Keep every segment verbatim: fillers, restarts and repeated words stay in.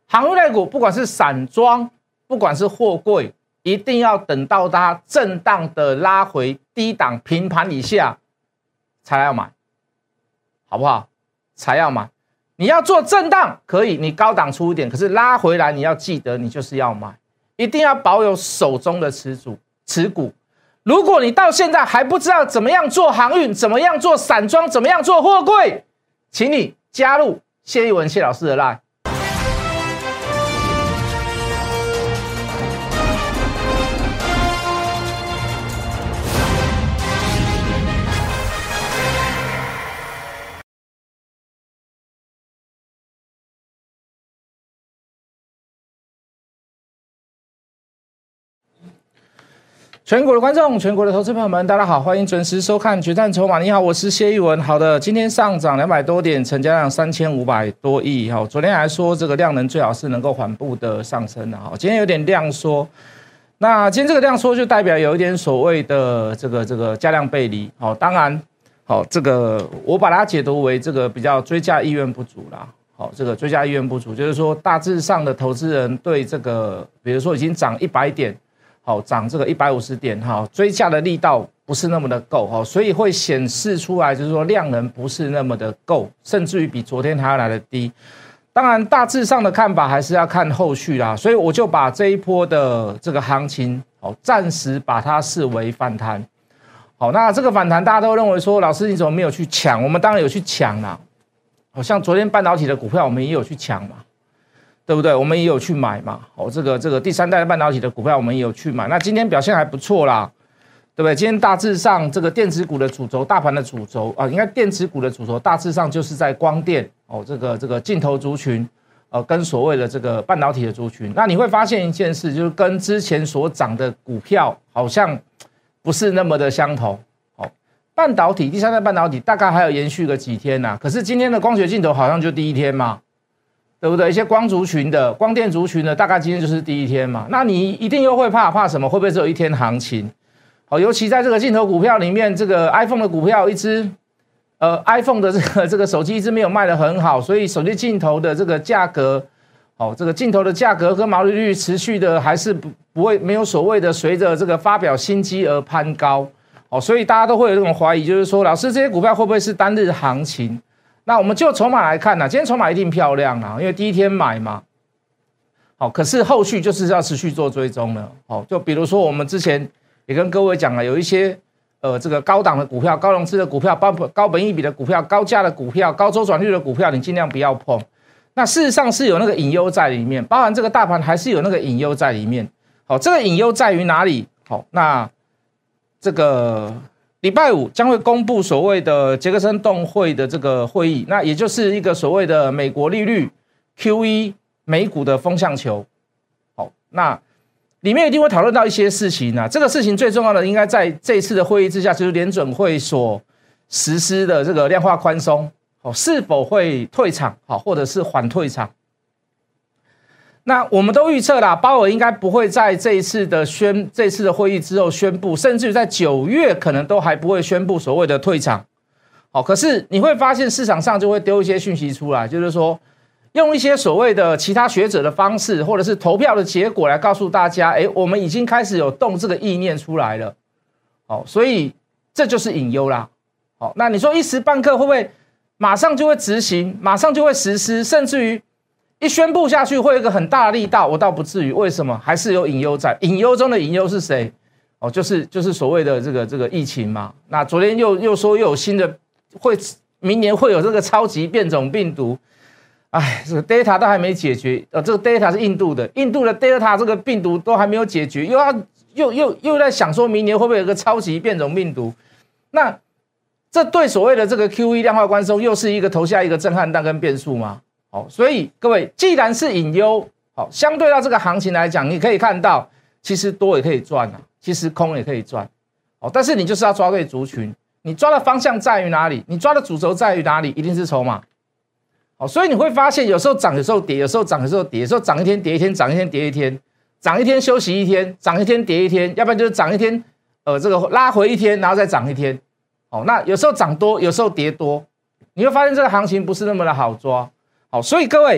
航运类股不管是散装，不管是货柜，一定要等到它震荡的拉回低档平盘以下才要买，好不好？才要买。你要做震荡可以，你高档出一点，可是拉回来你要记得，你就是要买，一定要保有手中的持股持股。如果你到现在还不知道怎么样做航运，怎么样做散装，怎么样做货柜，请你加入谢逸文谢老师的 LINE。全国的观众，全国的投资朋友们，大家好，欢迎准时收看《决战筹码》。你好，我是谢逸文。好的，今天上涨两百多点，成交量三千五百多亿。好，昨天来说这个量能最好是能够缓步的上升的。好，今天有点量缩，那今天这个量缩就代表有一点所谓的这个这个价量背离。好，当然，好这个我把它解读为这个比较追价意愿不足啦。好，这个追价意愿不足，就是说大致上的投资人对这个，比如说已经涨一百点。好，涨这个一百五十点，哈，追价的力道不是那么的够，哈，所以会显示出来，就是说量能不是那么的够，甚至于比昨天还要来的低。当然，大致上的看法还是要看后续啦，所以我就把这一波的这个行情，好，暂时把它视为反弹。好，那这个反弹大家都认为说，老师你怎么没有去抢？我们当然有去抢啦，好像昨天半导体的股票我们也有去抢嘛。对不对？我们也有去买嘛，哦，这个这个第三代的半导体的股票我们也有去买，那今天表现还不错啦，对不对？今天大致上这个电子股的主轴，大盘的主轴啊，应该电子股的主轴大致上就是在光电哦，这个这个镜头族群，呃，跟所谓的这个半导体的族群。那你会发现一件事，就是跟之前所涨的股票好像不是那么的相同。哦，半导体第三代半导体大概还有延续个几天呐、啊，可是今天的光学镜头好像就第一天嘛。对不对？一些光族群的、光电族群的，大概今天就是第一天嘛。那你一定又会怕，怕什么？会不会只有一天行情？好，尤其在这个镜头股票里面，这个 iPhone 的股票一支，呃 ，iPhone 的这个这个手机一直没有卖得很好，所以手机镜头的这个价格，好，这个镜头的价格跟毛利率持续的还是不不会没有所谓的随着这个发表新机而攀高，哦，所以大家都会有这种怀疑，就是说，老师这些股票会不会是单日行情？那我们就筹码来看呢、啊，今天筹码一定漂亮啊，因为第一天买嘛，好，可是后续就是要持续做追踪了，好，就比如说我们之前也跟各位讲了，有一些呃这个高档的股票、高融资的股票、高高本益比的股票、高价的股票、高周转率的股票，你尽量不要碰。那事实上是有那个隐忧在里面，包含这个大盘还是有那个隐忧在里面。好，这个隐忧在于哪里？好，那这个。礼拜五将会公布所谓的杰克森动会的这个会议，那也就是一个所谓的美国利率 Q E 美股的风向球。好，那里面一定会讨论到一些事情啊。这个事情最重要的应该在这一次的会议之下，就是联准会所实施的这个量化宽松，好，是否会退场，好，或者是缓退场。那我们都预测啦，鲍尔应该不会在这一次的宣这一次的会议之后宣布，甚至于在九月可能都还不会宣布所谓的退场。好，可是你会发现市场上就会丢一些讯息出来，就是说用一些所谓的其他学者的方式，或者是投票的结果来告诉大家，哎，我们已经开始有动这个意念出来了。好，所以这就是隐忧啦。好，那你说一时半刻会不会马上就会执行，马上就会实施，甚至于一宣布下去会有一个很大的力道，我倒不至于。为什么？还是有隐忧在。隐忧中的隐忧是谁？哦，就是就是所谓的这个这个疫情嘛。那昨天又又说又有新的，会明年会有这个超级变种病毒。哎，这个 Delta 都还没解决。呃，这个 Delta 是印度的，印度的 Delta 这个病毒都还没有解决，又要又又又在想说明年会不会有个超级变种病毒？那这对所谓的这个 Q E 量化宽松又是一个投下一个震撼弹跟变数吗？好，所以各位，既然是隐忧，好，相对到这个行情来讲，你可以看到，其实多也可以赚啊，其实空也可以赚，好，但是你就是要抓对族群，你抓的方向在于哪里？你抓的主轴在于哪里？一定是筹码，好，所以你会发现，有时候涨，有时候跌，有时候涨，有时候跌，有时候涨一天跌一天，涨一天跌一天，涨一天休息一天，涨一天跌一天，要不然就是涨一天，呃，这个拉回一天，然后再涨一天，好，那有时候涨多，有时候跌多，你会发现这个行情不是那么的好抓。好，所以各位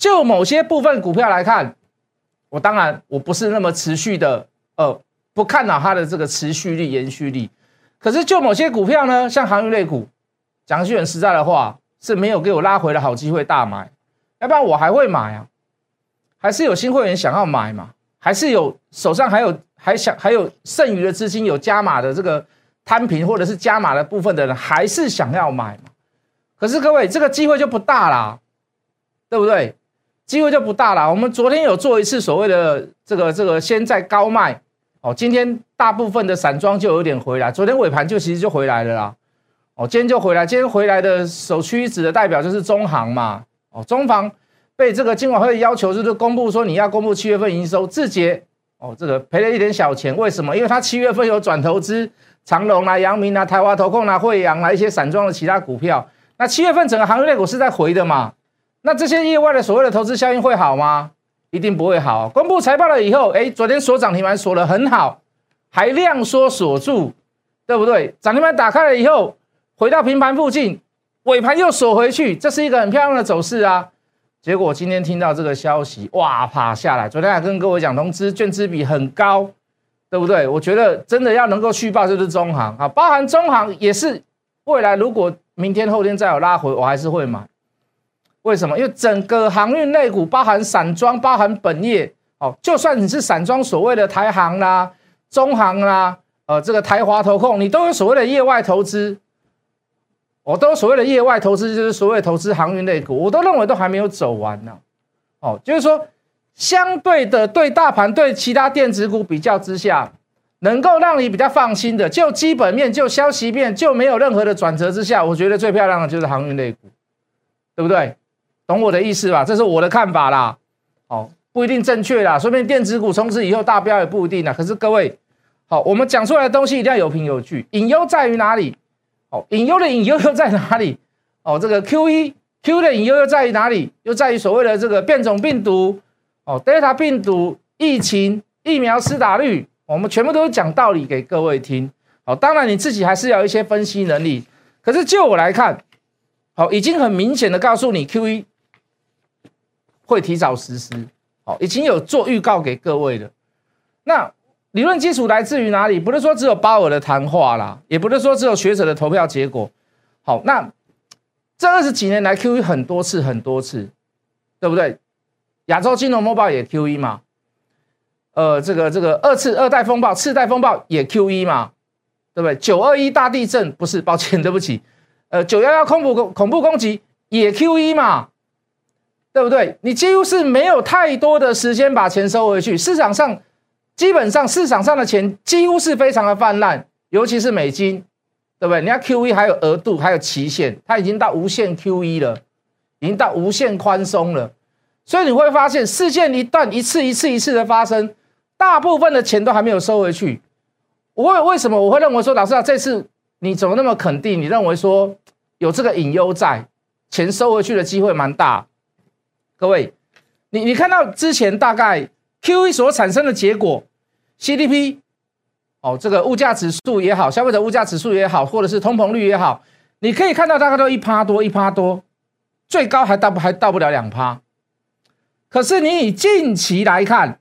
就某些部分股票来看，我当然我不是那么持续的，呃，不看好它的这个持续力、延续力。可是就某些股票呢，像航运类股，讲句很实在的话，是没有给我拉回的好机会大买，要不然我还会买啊，还是有新会员想要买嘛，还是有手上还有还想还有剩余的资金，有加码的这个摊平或者是加码的部分的人，还是想要买嘛。可是各位，这个机会就不大啦，对不对？机会就不大啦。我们昨天有做一次所谓的这个这个先在高卖，哦，今天大部分的散装就有点回来，昨天尾盘就其实就回来了啦，哦，今天就回来，今天回来的首屈一指的代表就是中航嘛，哦，中航被这个金管会要求就是公布说你要公布七月份营收，自结，哦，这个赔了一点小钱，为什么？因为他七月份有转投资长荣啦、阳明啦、台华投控啦、惠阳啦一些散装的其他股票，那七月份整个航运类股是在回的嘛？那这些业外的所谓的投资效应会好吗？一定不会好。公布财报了以后，哎，昨天锁涨停板锁得很好，还量缩锁住，对不对？涨停板打开了以后，回到平盘附近，尾盘又锁回去，这是一个很漂亮的走势啊。结果今天听到这个消息，哇，爬下来。昨天还跟各位讲，融资券资比很高，对不对？我觉得真的要能够续报就是中航啊，包含中航也是未来如果明天后天再有拉回，我还是会买。为什么？因为整个航运类股包含散装，包含本业，哦，就算你是散装，所谓的台航啦、中航啦，呃，这个台华投控，你都有所谓的业外投资，我、哦、都有所谓的业外投资，就是所谓的投资航运类股，我都认为都还没有走完呢、啊。哦，就是说，相对的对大盘、对其他电子股比较之下，能够让你比较放心的，就基本面、就消息面、就没有任何的转折之下，我觉得最漂亮的就是航运类股，对不对？懂我的意思吧？这是我的看法啦，哦，不一定正确啦，说不定电子股从此以后大飙也不一定啦。可是各位，好，我们讲出来的东西一定要有凭有据。隐忧在于哪里？哦，隐忧的隐忧又在哪里？哦，这个 Q 一 Q 的隐忧又在于哪里？又在于所谓的这个变种病毒，哦 ，Delta 病毒、疫情、疫苗施打率，我们全部都是讲道理给各位听。好，当然你自己还是要有一些分析能力。可是就我来看，好，已经很明显的告诉你 Q 一。会提早实施，好，已经有做预告给各位了。那理论基础来自于哪里？不是说只有鲍尔的谈话啦，也不是说只有学者的投票结果。好，那这二十几年来 Q 一 很多次很多次，对不对？亚洲金融风暴也 Q 一 嘛，呃，这个这个二次二代风暴、次贷风暴也 Q 一 嘛，对不对？九二一大地震不是，抱歉，对不起，呃，九一一恐怖恐怖攻击也 Q 一 嘛。对不对？你几乎是没有太多的时间把钱收回去，市场上基本上市场上的钱几乎是非常的泛滥，尤其是美金，对不对？人家 Q 一 还有额度，还有期限，它已经到无限 Q 一 了，已经到无限宽松了，所以你会发现事件一旦一次一次一次的发生，大部分的钱都还没有收回去。我为什么我会认为说，老师啊，这次你怎么那么肯定？你认为说有这个隐忧在，钱收回去的机会蛮大。各位，你你看到之前大概 Q 一 所产生的结果 ，C D P， 哦，这个物价指数也好，消费者物价指数也好，或者是通膨率也好，你可以看到大概都一趴多，一趴多，最高还到不还到不了两趴。可是你以近期来看，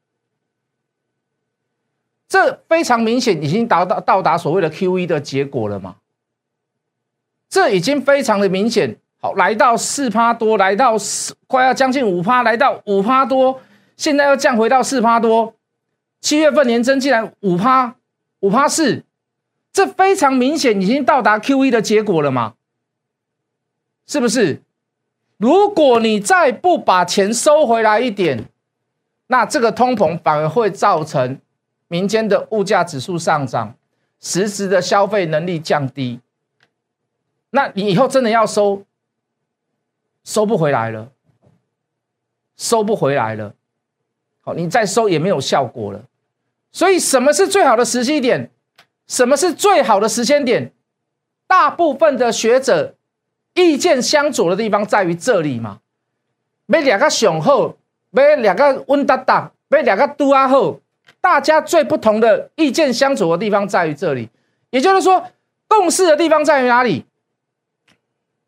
这非常明显已经达到到达所谓的 Q 一 的结果了嘛？这已经非常的明显。好，来到四趴多，来到快要将近五趴，来到五趴多，现在又降回到四趴多。七月份年增竟然五趴，五趴四，这非常明显已经到达 Q 一 的结果了嘛？是不是？如果你再不把钱收回来一点，那这个通膨反而会造成民间的物价指数上涨，实质的消费能力降低。那你以后真的要收？收不回来了，收不回来了，好，你再收也没有效果了。所以，什么是最好的时机点？什么是最好的时间点？大部分的学者意见相左的地方在于这里嘛。要两个雄厚，要两个稳当当，要两个都啊好，大家最不同的意见相左的地方在于这里。也就是说，共识的地方在于哪里？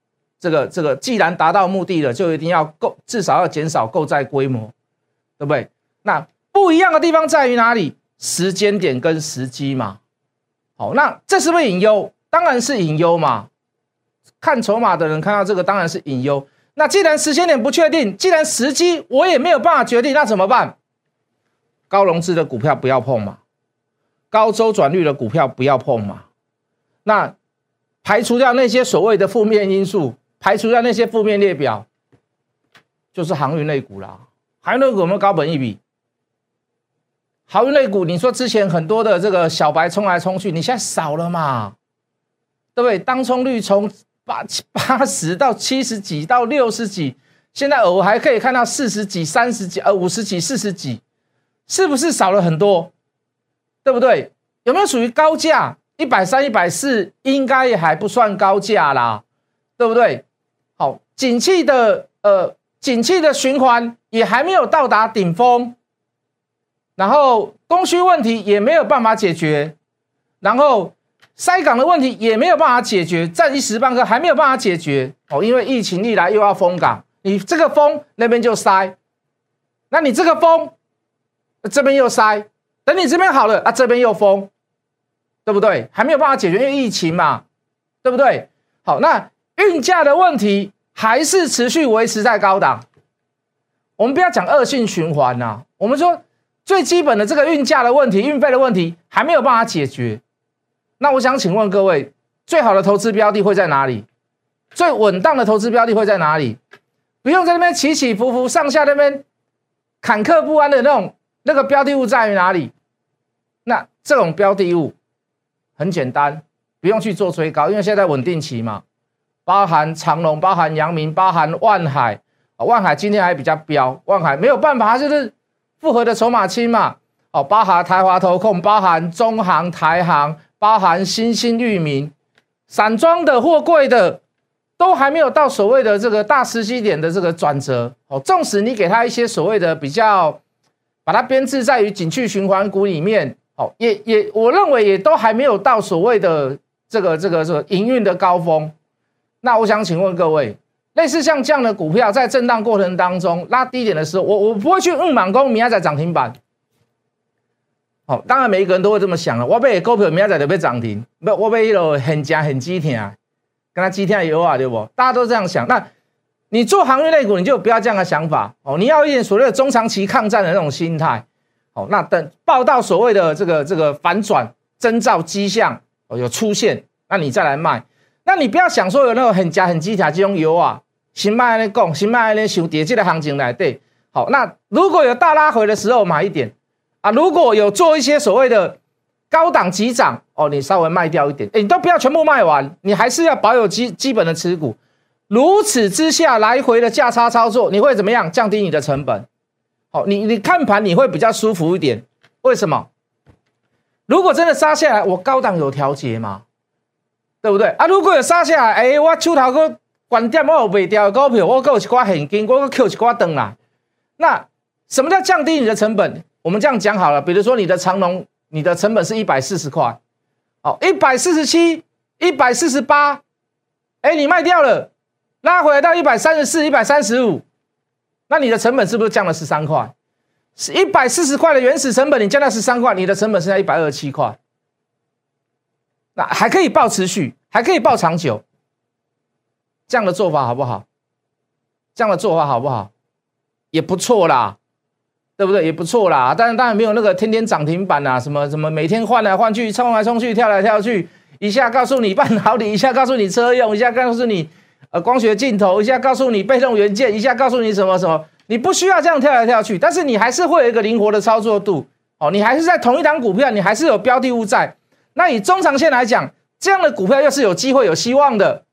这个这个既然达到目的了，就一定要购至少要减少购债规模，对不对？那不一样的地方在于哪里？时间点跟时机嘛。好，那这是不是隐忧？当然是隐忧嘛。看筹码的人看到这个当然是隐忧。那既然时间点不确定，既然时机我也没有办法决定，那怎么办？高融资的股票不要碰嘛，高周转率的股票不要碰嘛。那排除掉那些所谓的负面因素，排除掉那些负面列表，就是航运类股啦。航运类股有没有高本益比？航运类股，你说之前很多的这个小白冲来冲去，你现在少了嘛，对不对？当冲率从八八十到七十几到六十几，现在偶尔还可以看到四十几、三十几、呃五十几、四十几，是不是少了很多？对不对？有没有属于高价？一百三、一百四，应该也还不算高价啦，对不对？好，景气的呃，景气的循环也还没有到达顶峰。然后供需问题也没有办法解决，然后塞港的问题也没有办法解决，占一时半刻还没有办法解决哦，因为疫情一来又要封港，你这个封那边就塞，那你这个封这边又塞，等你这边好了啊，这边又封，对不对？还没有办法解决，因为疫情嘛，对不对？好，那运价的问题还是持续维持在高档，我们不要讲恶性循环呐、啊，我们说。最基本的这个运价的问题、运费的问题还没有办法解决，那我想请问各位，最好的投资标的会在哪里？最稳当的投资标的会在哪里？不用在那边起起伏伏、上下那边坎坷不安的那种那个标的物在于哪里？那这种标的物很简单，不用去做追高，因为现在稳定期嘛，包含长荣、包含阳明、包含万海，万海今天还比较飙，万海没有办法，它就是。复合的筹码轻嘛，哦，包含台华投控，包含中航、台航，包含新兴、裕民，散装的、货柜的，都还没有到所谓的这个大时机点的这个转折。哦，纵使你给它一些所谓的比较，把它编制在于景气循环股里面，哦，也也，我认为也都还没有到所谓的这个这个这个营运的高峰。那我想请问各位。类似像这样的股票，在震荡过程当中拉低点的时候，我我不会去硬满攻明仔载涨停板。哦，当然每一个人都会这么想了，我买股票明仔载就要涨停，不，我买迄个很强很激挺啊，跟他激挺的油啊，对不？大家都这样想。那你做航运类股，你就不要这样的想法哦，你要一点所谓的中长期抗战的那种心态。哦，那等报到所谓的这个这个反转征兆迹象哦有出现，那你再来卖。那你不要想说有那种很假很机塔这种油啊，先卖来讲，先卖来想跌这个行情来对。好，那如果有大拉回的时候买一点啊，如果有做一些所谓的高档急涨哦，你稍微卖掉一点，哎，你都不要全部卖完，你还是要保有基基本的持股。如此之下，来回的价差操作，你会怎么样？降低你的成本。好，你你看盘你会比较舒服一点。为什么？如果真的杀下来，我高档有调节嘛？对不对啊？如果有杀下来，哎、欸，我手头个关点，我有卖掉的股票，我还有一寡现金，我还扣一寡回来。那什么叫降低你的成本？我们这样讲好了，比如说你的长荣，你的成本是一百四十块，哦，一百四十七、一百四十八，哎，你卖掉了，拉回来到一百三十四、一百三十五，那你的成本是不是降了十三块？是一百四十块的原始成本，你降到十三块，你的成本剩下一百二十七块。那还可以抱持续，还可以抱长久，这样的做法好不好？这样的做法好不好？也不错啦，对不对？也不错啦。但是当然没有那个天天涨停板啊，什么什么每天换来换去，冲来冲去，跳来跳去，一下告诉你半导体，一下告诉你车用，一下告诉你呃光学镜头，一下告诉你被动元件，一下告诉你什么什么。你不需要这样跳来跳去，但是你还是会有一个灵活的操作度哦。你还是在同一档股票，你还是有标的物在。那以中长线来讲，这样的股票又是有机会、有希望的。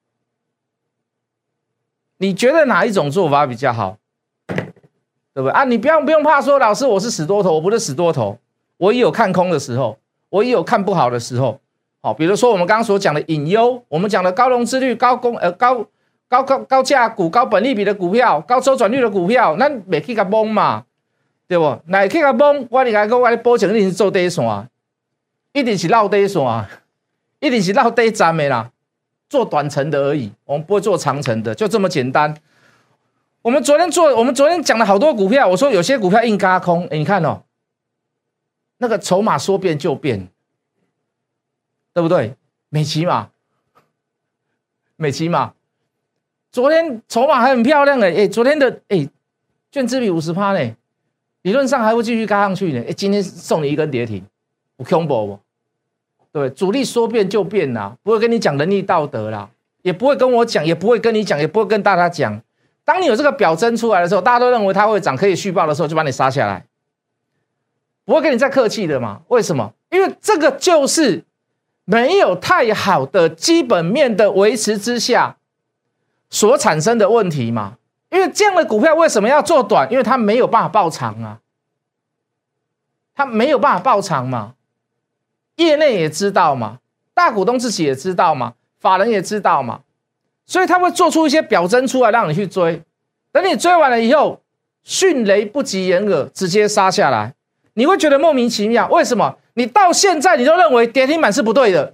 你觉得哪一种做法比较好？对不对啊？你不用不用怕说，老师我是死多头，我不是死多头，我也有看空的时候，我也有看不好的时候。好，比如说我们刚刚所讲的隐忧，我们讲的高融资率、高公呃高高高高价股、高本利比的股票、高周转率的股票，咱袂去甲崩嘛，对不？那去甲崩，我你讲我你保证一定是做底线。一定是绕底线，一定是绕底站的啦。 做短程的而已，我们不会做长程的，就这么简单。我们昨天做，我们昨天讲了好多股票，我说有些股票硬轧空，哎，你看哦，那个筹码说变就变，对不对？美琪嘛，美琪嘛，昨天筹码还很漂亮哎，哎，昨天的哎，券资比 百分之五十 呢，理论上还会继续轧上去呢，哎，今天送你一根跌停，有恐怖不？对，主力说变就变啦，不会跟你讲仁义道德啦，也不会跟我讲，也不会跟你讲，也不会跟大家讲。当你有这个表征出来的时候，大家都认为它会涨，可以续报的时候，就把你杀下来，不会跟你再客气的嘛？为什么？因为这个就是没有太好的基本面的维持之下所产生的问题嘛。因为这样的股票为什么要做短？因为它没有办法爆长啊，它没有办法爆长嘛。业内也知道嘛，大股东自己也知道嘛，法人也知道嘛，所以他会做出一些表征出来让你去追，等你追完了以后，迅雷不及掩耳，直接杀下来，你会觉得莫名其妙，为什么？你到现在你都认为跌停板是不对的，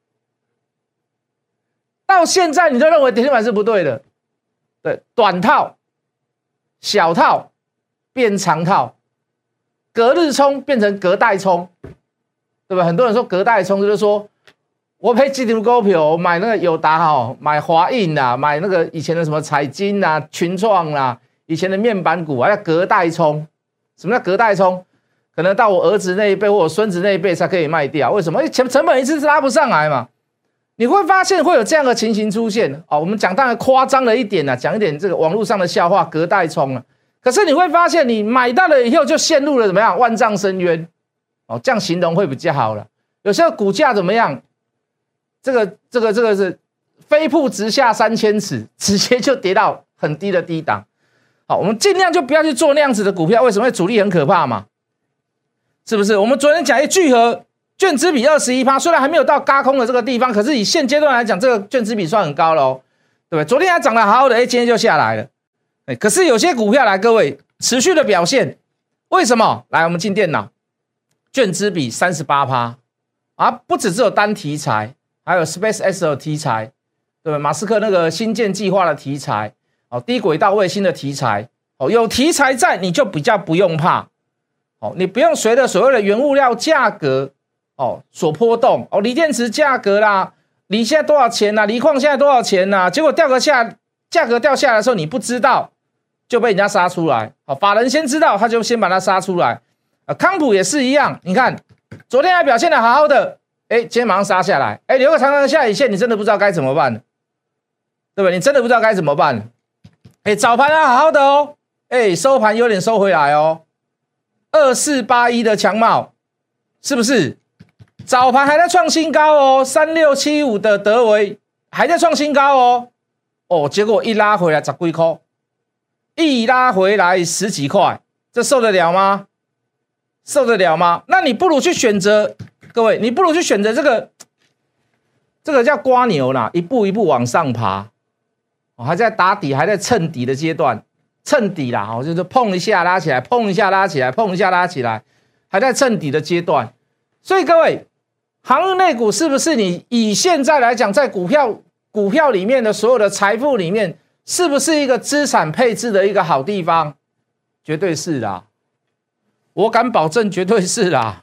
到现在你都认为跌停板是不对的，对，短套、小套变长套，隔日冲变成隔代冲。对吧？很多人说隔代冲，就是说我配基金股票买那个友达哈，买华映啊，买那个以前的什么彩晶啊、群创啊，以前的面板股啊，要隔代冲。什么叫隔代冲？可能到我儿子那一辈或我孙子那一辈才可以卖掉。为什么？因为成成本一次是拉不上来嘛。你会发现会有这样的情形出现哦。我们讲当然夸张了一点啊，讲一点这个网络上的笑话，隔代冲啊。可是你会发现，你买到了以后就陷入了怎么样万丈深渊。哦，这样形容会比较好了。有时候股价怎么样？这个、这个、这个是飞瀑直下三千尺，直接就跌到很低的低档。好，我们尽量就不要去做那样子的股票。为什么？主力很可怕嘛，是不是？我们昨天讲一聚合券资比 百分之二十一， 虽然还没有到轧空的这个地方，可是以现阶段来讲，这个券资比算很高了哦，对不对？昨天还涨得好好的，哎，今天就下来了。哎，可是有些股票来，各位持续的表现，为什么？来，我们进电脑。券资比 百分之三十八 啊，不只只有单题材，还有 SpaceX 的题材，对吧？马斯克那个星舰计划的题材，哦，低轨道卫星的题材，哦，有题材在，你就比较不用怕，哦，你不用随着所谓的原物料价格，哦，所波动，哦，锂电池价格啦，锂现在多少钱啦，锂矿现在多少钱啦，结果掉个下，价格掉下来的时候，你不知道，就被人家杀出来，好，法人先知道，他就先把它杀出来。啊，康普也是一样，你看昨天还表现得好好的，哎，今天马上杀下来，哎，留个长长的下影线，你真的不知道该怎么办，对吧？你真的不知道该怎么办，哎，早盘还好好的哦，哎，收盘有点收回来哦，二四八一的强茂，是不是？早盘还在创新高哦，三六七五的德微还在创新高哦，哦，结果一拉回来十几块，一拉回来十几块，这受得了吗？受得了吗？那你不如去选择，各位，你不如去选择这个，这个叫蝸牛啦，一步一步往上爬，哦，还在打底，还在蹭底的阶段，蹭底啦，哦，就是碰一下拉起来，碰一下拉起来，碰一下拉起来，还在蹭底的阶段。所以各位，航运类股是不是你以现在来讲，在股票股票里面的所有的财富里面，是不是一个资产配置的一个好地方？绝对是啦。我敢保证，绝对是啦！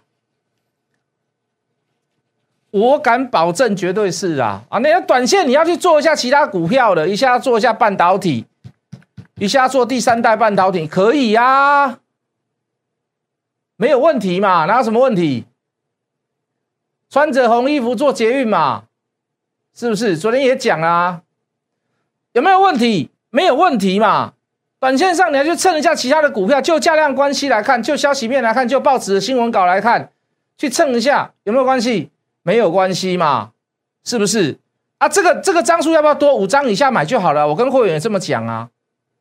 我敢保证，绝对是啦！啊，那要短线你要去做一下其他股票的，一下做一下半导体，一下做第三代半导体，可以呀、啊，没有问题嘛，哪有什么问题？穿着红衣服做捷运嘛，是不是？昨天也讲啦、啊，有没有问题？没有问题嘛。短线上你要去蹭一下其他的股票，就价量关系来看，就消息面来看，就报纸的新闻稿来看，去蹭一下有没有关系？没有关系嘛，是不是？啊，这个这个张数要不要多？五张以下买就好了。我跟会员也这么讲啊，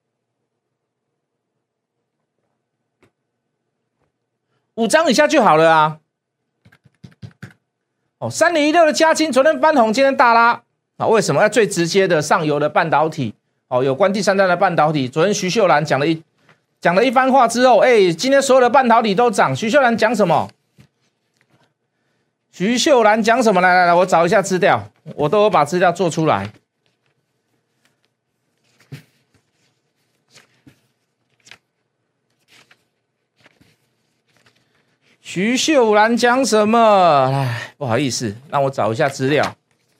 五张以下就好了啊。哦，三零一六的嘉晶昨天翻红，今天大拉啊，为什么？要最直接的上游的半导体。哦，有关第三代的半导体，昨天徐秀兰讲了一讲了一番话之后，哎，今天所有的半导体都涨。徐秀兰讲什么？ 徐秀兰讲什么？来来来，我找一下资料，我都有把资料做出来。徐秀兰讲什么？哎，不好意思，让我找一下资料。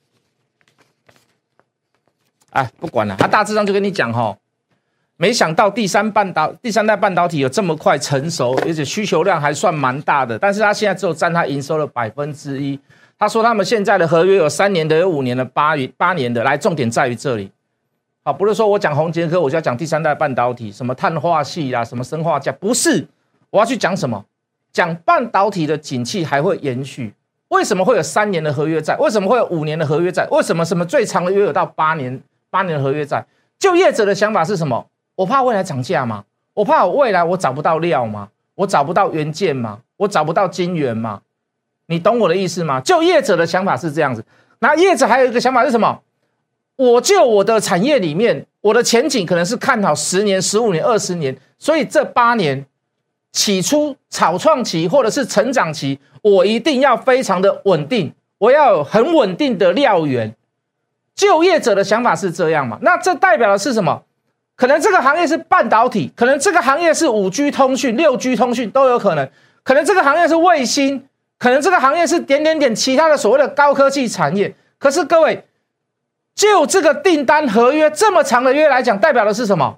哎，不管了，他大致上就跟你讲哈，没想到第三半导第三代半导体有这么快成熟，而且需求量还算蛮大的，但是他现在只有占他营收的百分之一。他说他们现在的合约有三年的、有五年的、八八年的，来，重点在于这里。好，不是说我讲宏捷科我就要讲第三代半导体，什么碳化系啦，什么砷化镓，不是，我要去讲什么？讲半导体的景气还会延续，为什么会有三年的合约在？为什么会有五年的合约在？为什么什么最长的约有到八年？八年的合约在？就业者的想法是什么？我怕未来涨价吗？我怕我未来我找不到料吗？我找不到元件吗？我找不到晶圆吗？你懂我的意思吗？就业者的想法是这样子。那业者还有一个想法是什么？我就我的产业里面，我的前景可能是看好十年、十五年、二十年，所以这八年。起初草创期或者是成长期，我一定要非常的稳定，我要有很稳定的料源。就业者的想法是这样嘛？那这代表的是什么？可能这个行业是半导体，可能这个行业是 五 G 通讯、六 G 通讯都有可能，可能这个行业是卫星，可能这个行业是点点点其他的所谓的高科技产业。可是各位，就这个订单合约这么长的约来讲，代表的是什么？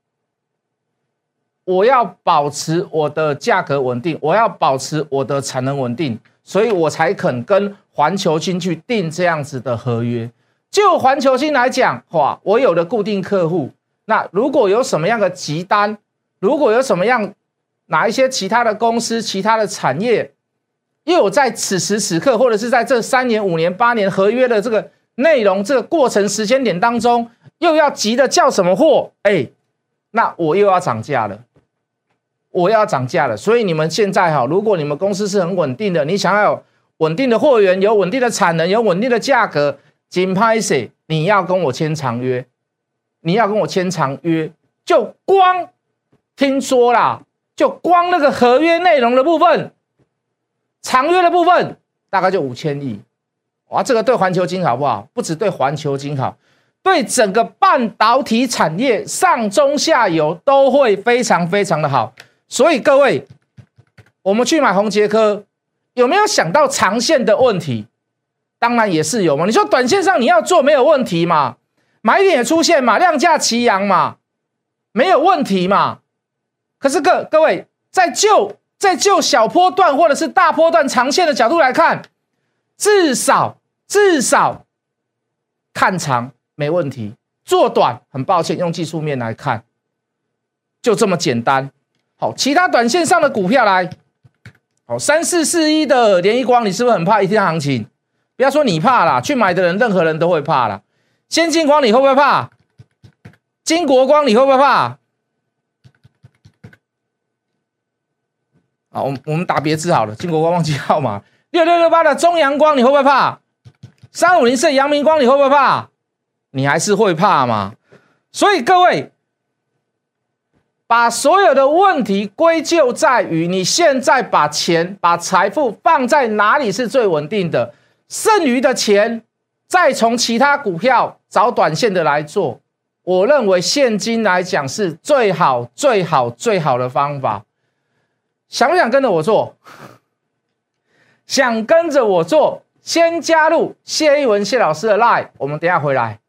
我要保持我的价格稳定，我要保持我的产能稳定，所以我才肯跟环球晶去订这样子的合约。就环球晶来讲，哇，我有了固定客户，那如果有什么样的急单，如果有什么样哪一些其他的公司、其他的产业，又有在此时此刻，或者是在这三年、五年、八年合约的这个内容、这个过程时间点当中，又要急的叫什么货？哎，那我又要涨价了。我要涨价了，所以你们现在哈，如果你们公司是很稳定的，你想要有稳定的货源、有稳定的产能、有稳定的价格，紧拍谁？你要跟我签长约，你要跟我签长约，就光听说啦，就光那个合约内容的部分，长约的部分大概就五千亿，哇，这个对环球晶好不好？不只对环球晶好，对整个半导体产业上中下游都会非常非常的好。所以各位，我们去买宏捷科，有没有想到长线的问题？当然也是有嘛。你说短线上你要做没有问题嘛，买点也出现嘛，量价齐扬嘛，没有问题嘛。可是各各位，在就在就小波段或者是大波段长线的角度来看，至少至少看长没问题，做短很抱歉，用技术面来看，就这么简单。好，其他短线上的股票来，好，三四四一的联一光，你是不是很怕一天行情？不要说你怕啦，去买的人，任何人都会怕啦。先进光你会不会怕？金国光你会不会怕？好，我们我们打别字好了，金国光忘记号码，六六六八的中阳光你会不会怕？三五零四阳明光你会不会怕？你还是会怕嘛？所以各位。把所有的问题归咎在于你现在把钱、把财富放在哪里是最稳定的，剩余的钱再从其他股票找短线的来做。我认为现金来讲是最好、最好、最好的方法。想不想跟着我做？想跟着我做，先加入谢一文谢老师的 Line， 我们等一下回来。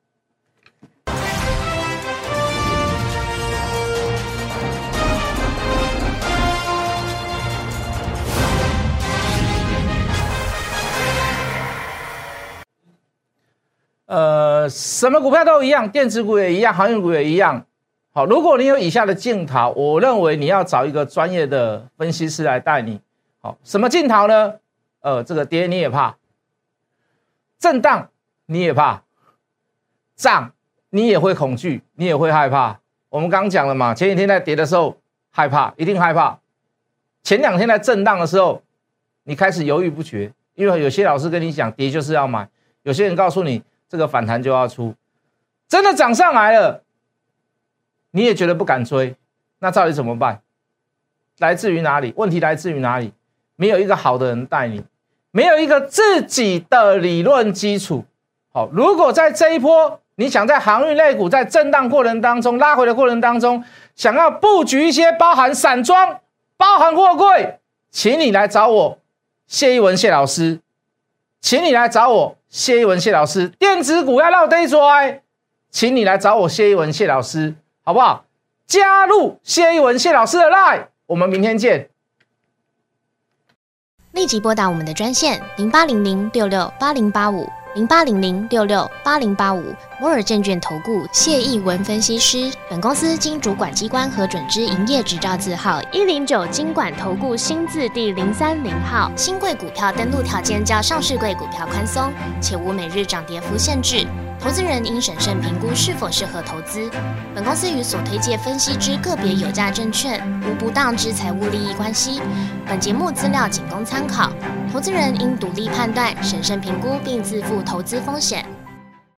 呃，什么股票都一样，电子股也一样，航运股也一样。好，如果你有以下的镜头，我认为你要找一个专业的分析师来带你。好，什么镜头呢？呃，这个跌你也怕，震荡你也怕，涨你也会恐惧，你也会害怕。我们刚刚讲了嘛，前几天在跌的时候害怕，一定害怕。前两天在震荡的时候，你开始犹豫不决，因为有些老师跟你讲跌就是要买，有些人告诉你。这个反弹就要出，真的涨上来了，你也觉得不敢追，那到底怎么办？来自于哪里？问题来自于哪里？没有一个好的人带你， 没有一个自己的理论基础。好，如果在这一波，你想在航运类股在震荡过程当中、拉回的过程当中，想要布局一些包含散装、包含货柜，请你来找我谢一文谢老师，请你来找我谢一文谢老师。电子股要绕低拽，请你来找我谢一文谢老师，好不好？加入谢一文谢老师的 LINE， 我们明天见。 立即拨打我们的专线零八零零六六八零八五零八零零六六八零八五摩尔证券投顾谢一文分析师。本公司经主管机关核准之营业执照字号一零九金管投顾新字第零三零号。新贵股票登录条件较上市贵股票宽松，且无每日涨跌幅限制。投资人应审慎评估是否适合投资。本公司与所推介分析之个别有价证券无不当之财务利益关系。本节目资料仅供参考，投资人应独立判断、审慎评估并自负投资风险。